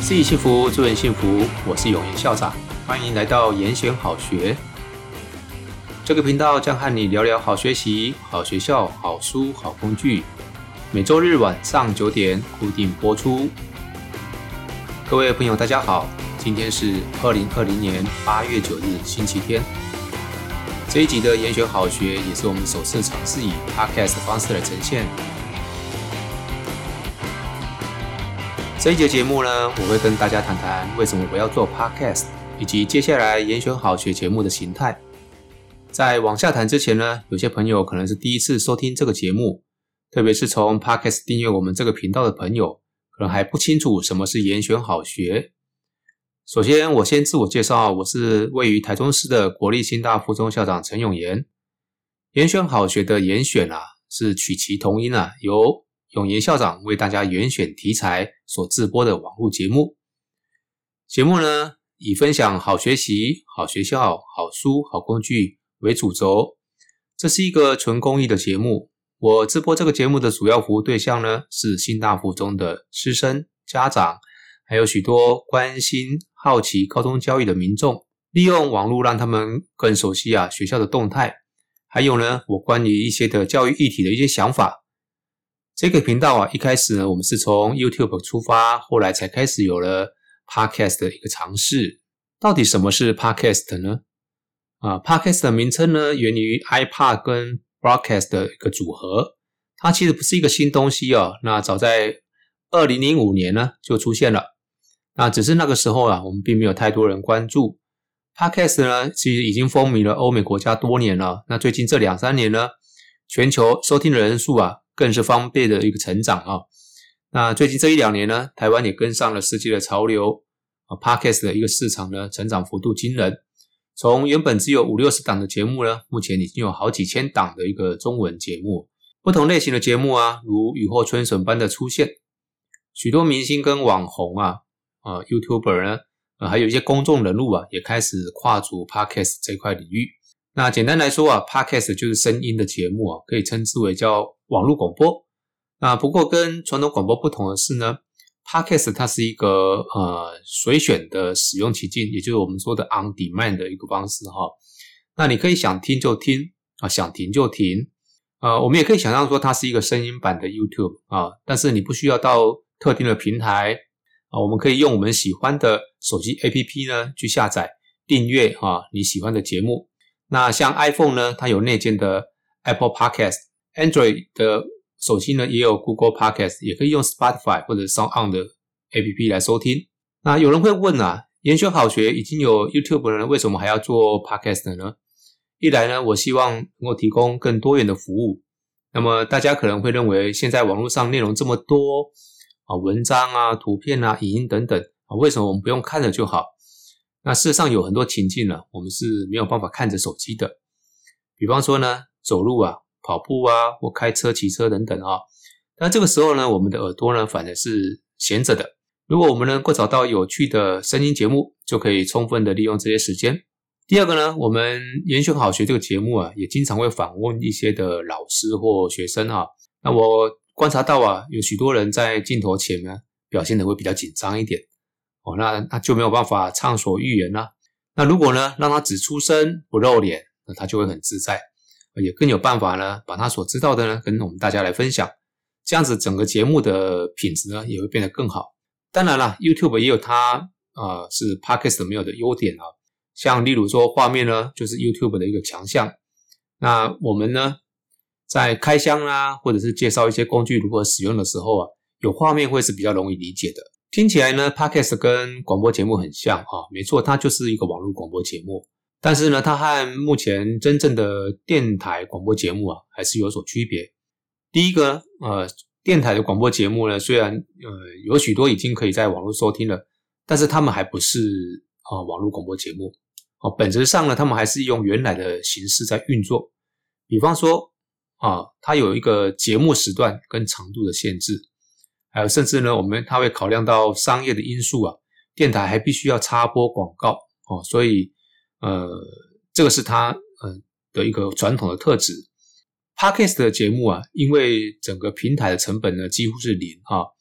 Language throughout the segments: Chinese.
自己幸福，祝人幸福。我是永言校长，欢迎来到研选好学。这个频道将和你聊聊好学习、好学校、好书、好工具。每周日晚上9点固定播出。各位朋友，大家好，今天是2020年8月9日，星期天。这一集的研选好学也是我们首次尝试以 Podcast 的方式来呈现。这一节节目呢，我会跟大家谈谈为什么我要做 Podcast， 以及接下来研选好学节目的形态。在往下谈之前呢，有些朋友可能是第一次收听这个节目，特别是从 Podcast 订阅我们这个频道的朋友，可能还不清楚什么是研选好学。首先，我先自我介绍，我是位于台中市的国立新大附中校长陈永言。研选好学的研选是取其同音由永言校长为大家严选题材所制播的网络节目。节目呢，以分享好学习、好学校、好书、好工具为主轴。这是一个纯公益的节目。我制播这个节目的主要服务对象呢，是新大附中的师生、家长，还有许多关心、好奇高中教育的民众，利用网络让他们更熟悉学校的动态，还有呢，我关于一些的教育议题的一些想法。这个频道一开始呢，我们是从 YouTube 出发，后来才开始有了 Podcast 的一个尝试。到底什么是 Podcast 呢？Podcast 的名称呢，源于 iPod 跟 Broadcast 的一个组合。它其实不是一个新东西那早在2005年呢就出现了。那只是那个时候我们并没有太多人关注。Podcast 呢，其实已经风靡了欧美国家多年了。那最近这2-3年呢，全球收听的人数更是翻倍的一个成长那最近这1-2年呢，台湾也跟上了世界的潮流Podcast 的一个市场呢，成长幅度惊人。从原本只有50-60档的节目呢，目前已经有好几千档的一个中文节目。不同类型的节目如雨后春笋般的出现。许多明星跟网红YouTuber 呢，还有一些公众人物也开始跨足 Podcast 这块领域。那简单来说Podcast 就是声音的节目可以称之为叫网络广播。那不过跟传统广播不同的是呢， Podcast 它是一个随选的使用情境，也就是我们说的 on demand 的一个方式那你可以想听就听想停就停我们也可以想象说它是一个声音版的 YouTube 但是你不需要到特定的平台我们可以用我们喜欢的手机 APP 呢去下载订阅你喜欢的节目。那像 iPhone 呢，它有内建的 Apple Podcast， Android 的手机呢也有 Google Podcast， 也可以用 Spotify 或者 SoundOn 的 APP 来收听。那有人会问研选好学已经有 YouTube 了，为什么还要做 Podcast 呢？一来呢，我希望能够提供更多元的服务。那么大家可能会认为现在网络上内容这么多文章图片影音等等为什么我们不用看了就好？那事实上有很多情境我们是没有办法看着手机的。比方说呢，走路跑步或开车骑车等等那这个时候呢，我们的耳朵呢反而是闲着的。如果我们能够找到有趣的声音节目，就可以充分的利用这些时间。第二个呢，我们研选好学这个节目也经常会访问一些的老师或学生那我观察到有许多人在镜头前呢表现得会比较紧张一点那就没有办法畅所欲言那如果呢让他只出声不露脸，那他就会很自在，也更有办法呢把他所知道的呢跟我们大家来分享。这样子整个节目的品质呢也会变得更好。当然啦 YouTube 也有它是 Podcast 没有的优点像例如说画面呢就是 YouTube 的一个强项。那我们呢在开箱或者是介绍一些工具如何使用的时候有画面会是比较容易理解的。听起来呢 Podcast 跟广播节目很像没错，它就是一个网络广播节目。但是呢它和目前真正的电台广播节目还是有所区别。第一个电台的广播节目呢，虽然有许多已经可以在网络收听了，但是他们还不是网络广播节目本质上呢他们还是用原来的形式在运作。比方说它有一个节目时段跟长度的限制，还有甚至呢它会考量到商业的因素电台还必须要插播广告所以这个是它的一个传统的特质。Podcast 的节目因为整个平台的成本呢几乎是0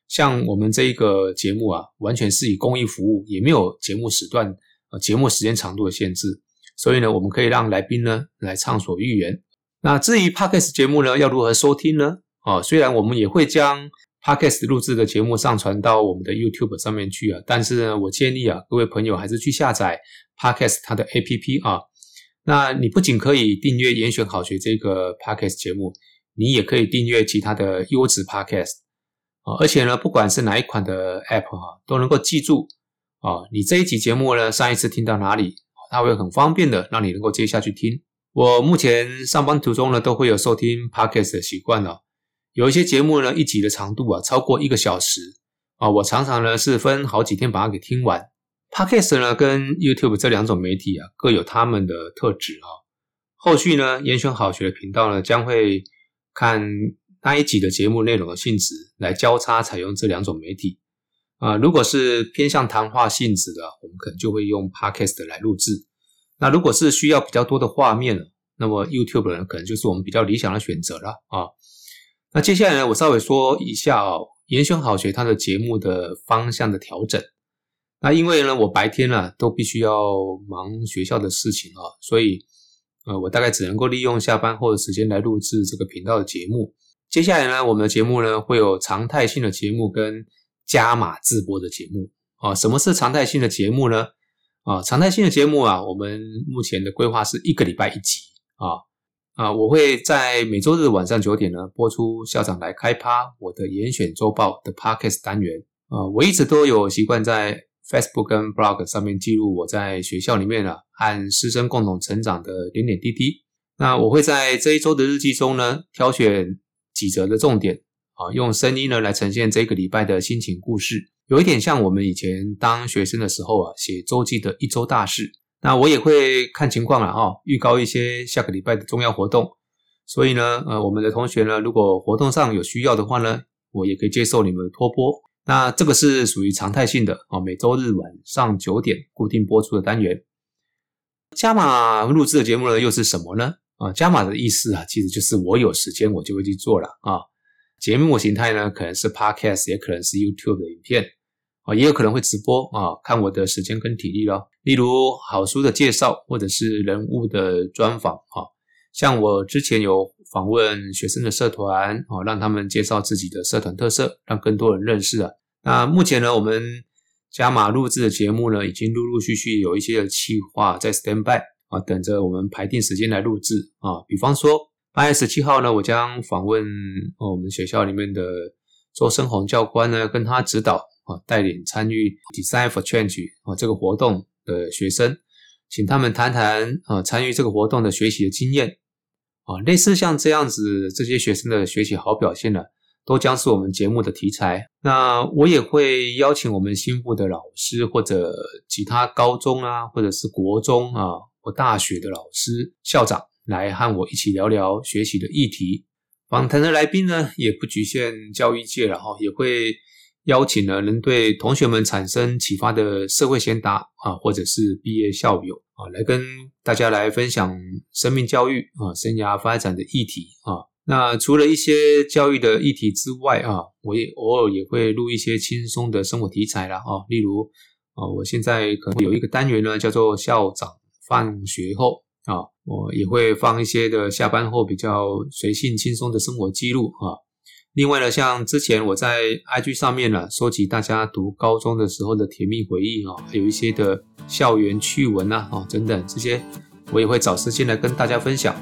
像我们这一个节目啊，完全是以公益服务，也没有节目时段、节目时间长度的限制，所以呢，我们可以让来宾呢来畅所欲言。那至于 Podcast 节目呢，要如何收听呢？虽然我们也会将 Podcast 录制的节目上传到我们的 YouTube 上面去啊，但是呢，我建议各位朋友还是去下载 Podcast 它的 APP 啊。那你不仅可以订阅严选好学这个 Podcast 节目，你也可以订阅其他的优质 Podcast 而且呢，不管是哪一款的 App 都能够记住你这一集节目呢，上一次听到哪里，它会很方便的让你能够接下去听。我目前上班途中呢，都会有收听 Podcast 的习惯有一些节目呢，一集的长度超过1个小时我常常呢是分好几天把它给听完。Podcast 呢跟 YouTube 这两种媒体各有他们的特质后续呢，严选好学的频道呢将会看那一集的节目内容的性质来交叉采用这两种媒体如果是偏向谈话性质的，我们可能就会用 Podcast 来录制。那如果是需要比较多的画面那么 YouTube 呢可能就是我们比较理想的选择了那接下来呢，我稍微说一下严选好学它的节目的方向的调整。那因为呢，我白天都必须要忙学校的事情所以我大概只能够利用下班后的时间来录制这个频道的节目。接下来呢，我们的节目呢会有常态性的节目跟加码自播的节目什么是常态性的节目呢？常态性的节目我们目前的规划是1个礼拜1集我会在每周日晚上9点呢播出校长来开趴我的严选周报的 Podcast 单元我一直都有习惯在 Facebook 跟 Blog 上面记录我在学校里面和师生共同成长的点点滴滴。那我会在这一周的日记中呢挑选几则的重点用声音呢来呈现这个礼拜的心情故事，有一点像我们以前当学生的时候写周记的一周大事。那我也会看情况预告一些下个礼拜的重要活动。所以呢我们的同学呢，如果活动上有需要的话呢，我也可以接受你们的托播。那这个是属于常态性的每周日晚上9点固定播出的单元。加码录制的节目呢又是什么呢？加码的意思其实就是我有时间我就会去做了节目形态呢可能是 Podcast 也可能是 YouTube 的影片也有可能会直播看我的时间跟体力咯。例如好书的介绍或者是人物的专访像我之前有访问学生的社团让他们介绍自己的社团特色，让更多人认识那目前呢，我们加码录制的节目呢已经陆陆续续有一些的企划在 stand by等着我们排定时间来录制比方说8月17号呢，我将访问我们学校里面的周生宏教官呢，跟他指导带领参与 Design for Change 这个活动的学生，请他们谈谈参与这个活动的学习的经验类似像这样子，这些学生的学习好表现呢，都将是我们节目的题材。那我也会邀请我们心腹的老师或者其他高中或者是国中或大学的老师校长来和我一起聊聊学习的议题。访谈的来宾呢也不局限教育界了也会邀请呢能对同学们产生启发的社会贤达或者是毕业校友来跟大家来分享生命教育生涯发展的议题那除了一些教育的议题之外我也偶尔也会录一些轻松的生活题材啦例如我现在可能有一个单元呢叫做校长放学后我也会放一些的下班后比较随性轻松的生活记录另外呢，像之前我在 IG 上面呢收集大家读高中的时候的甜蜜回忆还有一些的校园趣闻等等，这些我也会找时间来跟大家分享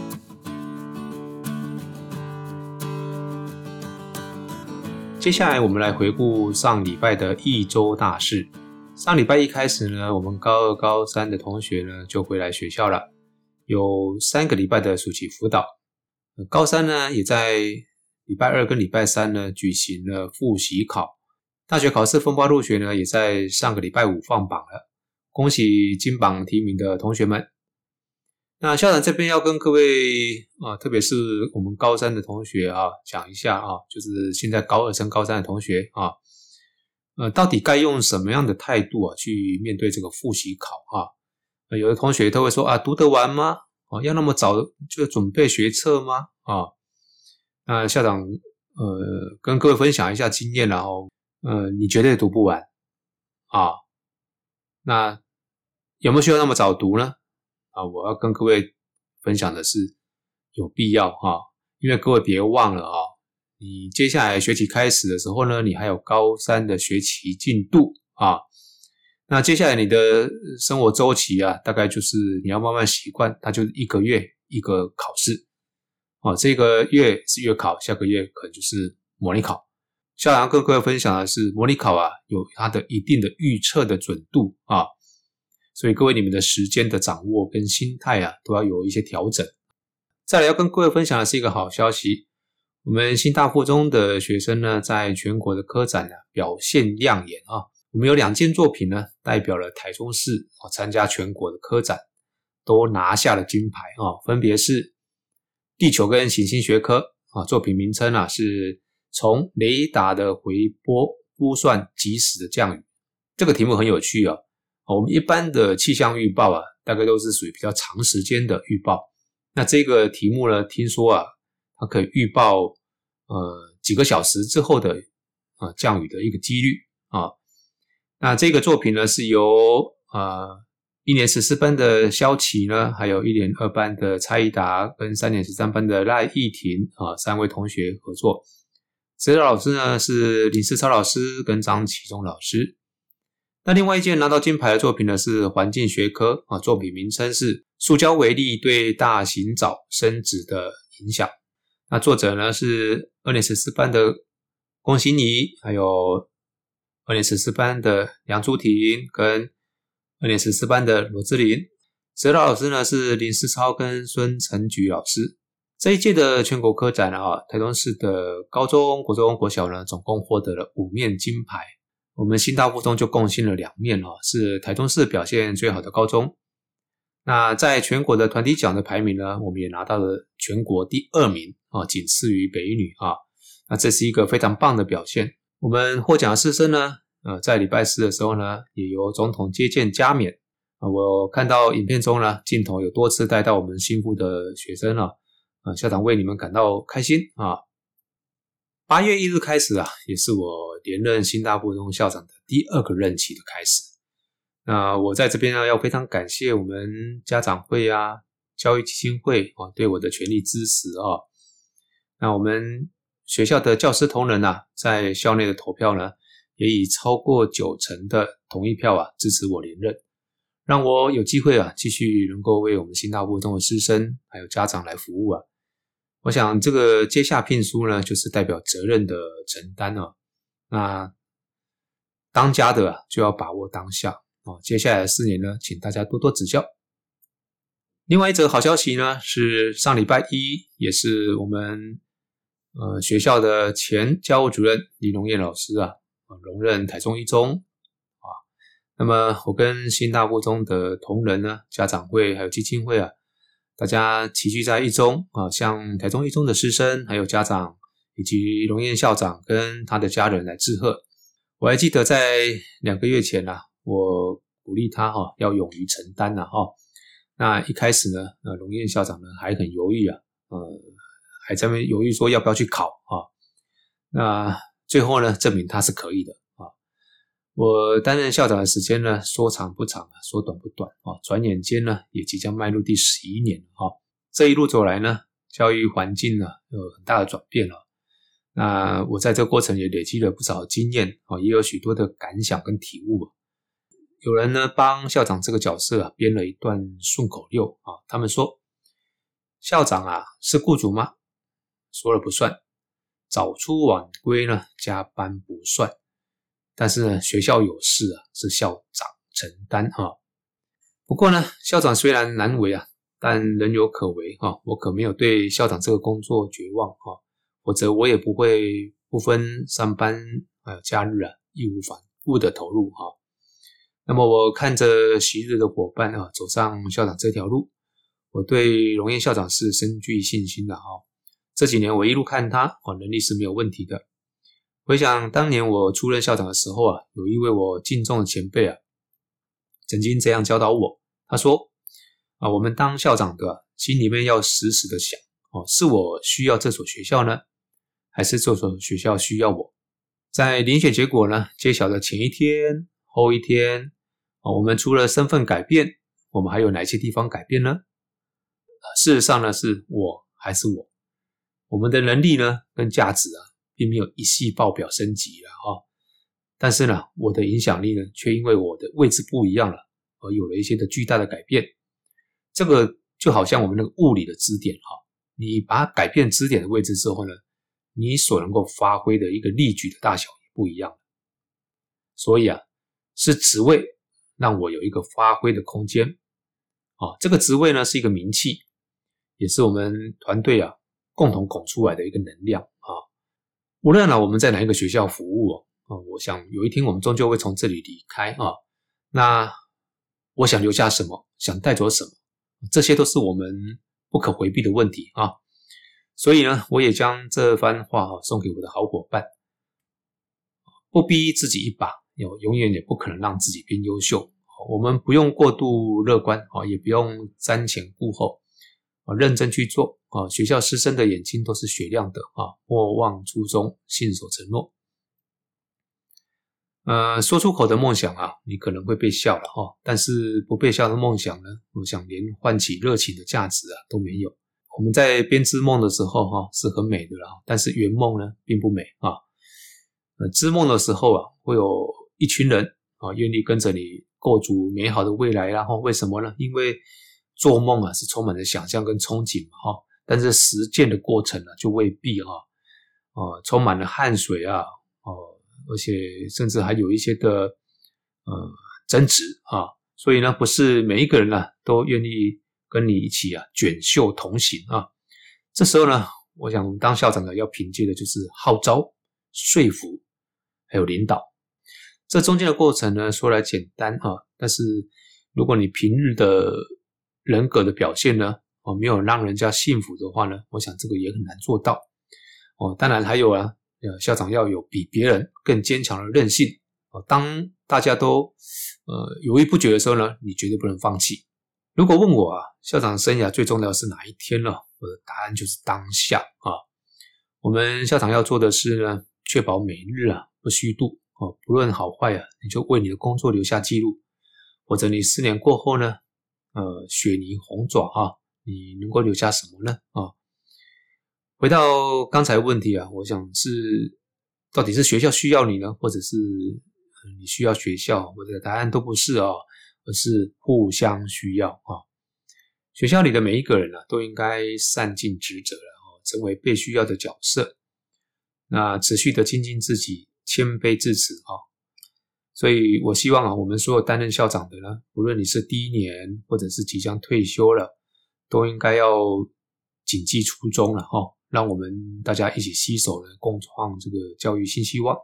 接下来我们来回顾上礼拜的一周大事。上礼拜一开始呢，我们高2、高3的同学呢就回来学校了，有3个礼拜的暑期辅导。高3呢也在礼拜2跟礼拜3呢举行了复习考。大学考试分发入学呢也在上个礼拜5放榜了，恭喜金榜题名的同学们。那校长这边要跟各位特别是我们高3的同学讲一下就是现在高2升高3的同学到底该用什么样的态度去面对这个复习考有的同学都会说读得完吗要那么早就准备学测吗校长跟各位分享一下经验，然后你绝对读不完啊。那有没有需要那么早读呢？我要跟各位分享的是有必要因为各位别忘了你接下来学期开始的时候呢，你还有高3的学期进度那接下来你的生活周期大概就是你要慢慢习惯，它就是1个月一个考试这个月是月考，下个月可能就是模拟考。校长要跟各位分享的是，模拟考有它的一定的预测的准度所以各位你们的时间的掌握跟心态都要有一些调整。再来要跟各位分享的是一个好消息，我们新大附中的学生呢，在全国的科展表现亮眼我们有2件作品呢，代表了台中市参加全国的科展，都拿下了金牌分别是地球跟行星学科作品名称是从雷达的回波估算即时的降雨。这个题目很有趣我们一般的气象预报大概都是属于比较长时间的预报，那这个题目呢，听说它可以预报几个小时之后的降雨的一个几率那这个作品呢，是由1年14班的萧琪呢，还有1年2班的蔡宜达跟3年13班的赖义婷3位同学合作。指导老师呢是林世超老师跟张启忠老师。那另外一件拿到金牌的作品呢，是环境学科作品名称是塑胶微粒对大型藻生殖的影响。那作者呢是2年14班的龚欣怡，还有2年14班的梁朱婷跟2年14班的罗志林。指导老师呢是林世超跟孙成菊老师。这一届的全国科展台中市的高中、国中、国小呢，总共获得了5面金牌。我们新大附中就贡献了2面是台中市表现最好的高中。那在全国的团体奖的排名呢，我们也拿到了全国第2名仅次于北一女那这是一个非常棒的表现。我们获奖的师生呢在礼拜4的时候呢，也由总统接见加冕我看到影片中呢，镜头有多次带到我们新附的学生校长为你们感到开心8月1日开始也是我连任新大附中校长的第2个任期的开始。那我在这边要非常感谢我们家长会教育基金会对我的全力支持那我们学校的教师同仁在校内的投票呢，也以超过90%的同意票支持我连任，让我有机会继续能够为我们新大附中的师生还有家长来服务我想这个接下聘书呢，就是代表责任的承担那当家的就要把握当下接下来的4年呢，请大家多多指教。另外一则好消息呢，是上礼拜1也是我们学校的前教务主任李荣燕老师荣任台中一中那么我跟新大附中的同仁呢、家长会还有基金会大家齐聚在一中向台中一中的师生还有家长以及荣燕校长跟他的家人来致贺。我还记得在2个月前我鼓励他要勇于承担那一开始呢荣燕校长呢还很犹豫还在那边犹豫说要不要去考那最后呢证明他是可以的我担任校长的时间呢，说长不长说短不短转眼间呢也即将迈入第11年这一路走来呢，教育环境呢有很大的转变那我在这个过程也累积了不少经验也有许多的感想跟体悟有人呢帮校长这个角色编了一段顺口溜他们说校长是雇主吗？说了不算，早出晚归呢加班不算，但是呢学校有事是校长承担不过呢校长虽然难为但仍有可为我可没有对校长这个工作绝望否则我也不会不分上班还有假日义无反顾的投入那么我看着昔日的伙伴走上校长这条路，我对荣燕校长是深具信心的这几年我一路看他能力是没有问题的。回想当年我出任校长的时候有一位我敬重的前辈曾经这样教导我，他说我们当校长的心里面要时时的想是我需要这所学校呢， 还是这所学校需要我？在遴选结果呢揭晓的前一天、后一天，我们除了身份改变，我们还有哪些地方改变呢？事实上呢，是我还是我。我们的能力呢跟价值并没有一系爆表升级了但是呢，我的影响力呢却因为我的位置不一样了，而有了一些的巨大的改变。这个就好像我们那个物理的支点你把它改变支点的位置之后呢，你所能够发挥的一个力矩的大小也不一样了。所以是职位让我有一个发挥的空间这个职位呢是一个名气，也是我们团队共同拱出来的一个能量无论我们在哪一个学校服务我想有一天我们终究会从这里离开那我想留下什么，想带走什么，这些都是我们不可回避的问题所以呢，我也将这番话送给我的好伙伴，不逼自己一把，永远也不可能让自己变优秀。我们不用过度乐观也不用瞻前顾后认真去做学校师生的眼睛都是雪亮的莫忘初衷，信守承诺。说出口的梦想你可能会被笑了但是不被笑的梦想呢，我想连唤起热情的价值都没有。我们在编织梦的时候是很美的但是圆梦呢并不美织梦的时候会有一群人愿意跟着你构筑美好的未来为什么呢？因为做梦是充满着想象跟憧憬但是实践的过程就未必充满了汗水而且甚至还有一些的争执所以呢，不是每一个人都愿意跟你一起卷袖同行这时候呢，我想当校长的要凭借的就是号召、说服还有领导。这中间的过程呢，说来简单但是如果你平日的人格的表现呢没有让人家信服的话呢，我想这个也很难做到当然还有校长要有比别人更坚强的韧性当大家都犹豫不决的时候呢，你绝对不能放弃。如果问我校长生涯最重要的是哪一天呢？我的答案就是当下我们校长要做的是呢，确保每日不虚度不论好坏你就为你的工作留下记录，或者你4年过后呢雪泥红爪你能够留下什么呢回到刚才的问题我想是到底是学校需要你呢，或者是你需要学校？我的答案都不是而是互相需要学校里的每一个人都应该善尽职责成为被需要的角色，那持续的精进自己，谦卑至此所以我希望我们所有担任校长的呢，无论你是第1年或者是即将退休了，都应该要谨记初衷了让我们大家一起携手呢，共创这个教育新希望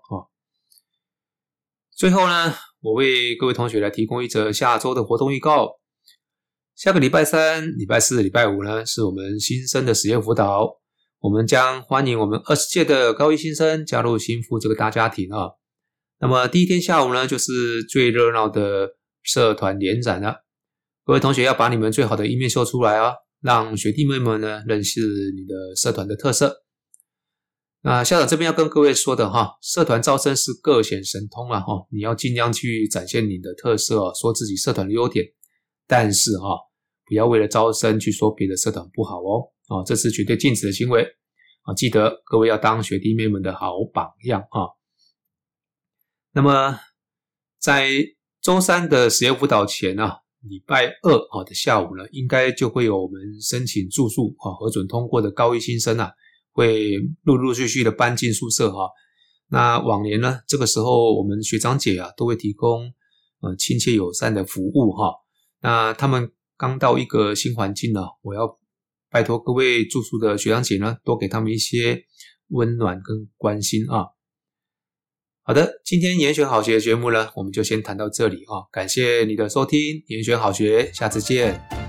最后呢，我为各位同学来提供一则下周的活动预告。下个礼拜3、礼拜4、礼拜5呢，是我们新生的实验辅导，我们将欢迎我们20届的高一新生加入新附这个大家庭那么第一天下午呢，就是最热闹的社团联展了。各位同学要把你们最好的一面秀出来让学弟妹们呢认识你的社团的特色。那校长这边要跟各位说的社团招生是各显神通你要尽量去展现你的特色说自己社团的优点，但是不要为了招生去说别的社团不好这是绝对禁止的行为记得各位要当学弟妹们的好榜样那么在周3的实验辅导前礼拜2的下午呢，应该就会有我们申请住宿核准通过的高一新生会陆陆续续的搬进宿舍那往年呢，这个时候我们学长姐都会提供亲切友善的服务那他们刚到一个新环境我要拜托各位住宿的学长姐呢，多给他们一些温暖跟关心好的，今天研选好学的节目呢，我们就先谈到这里感谢你的收听，研选好学，下次见。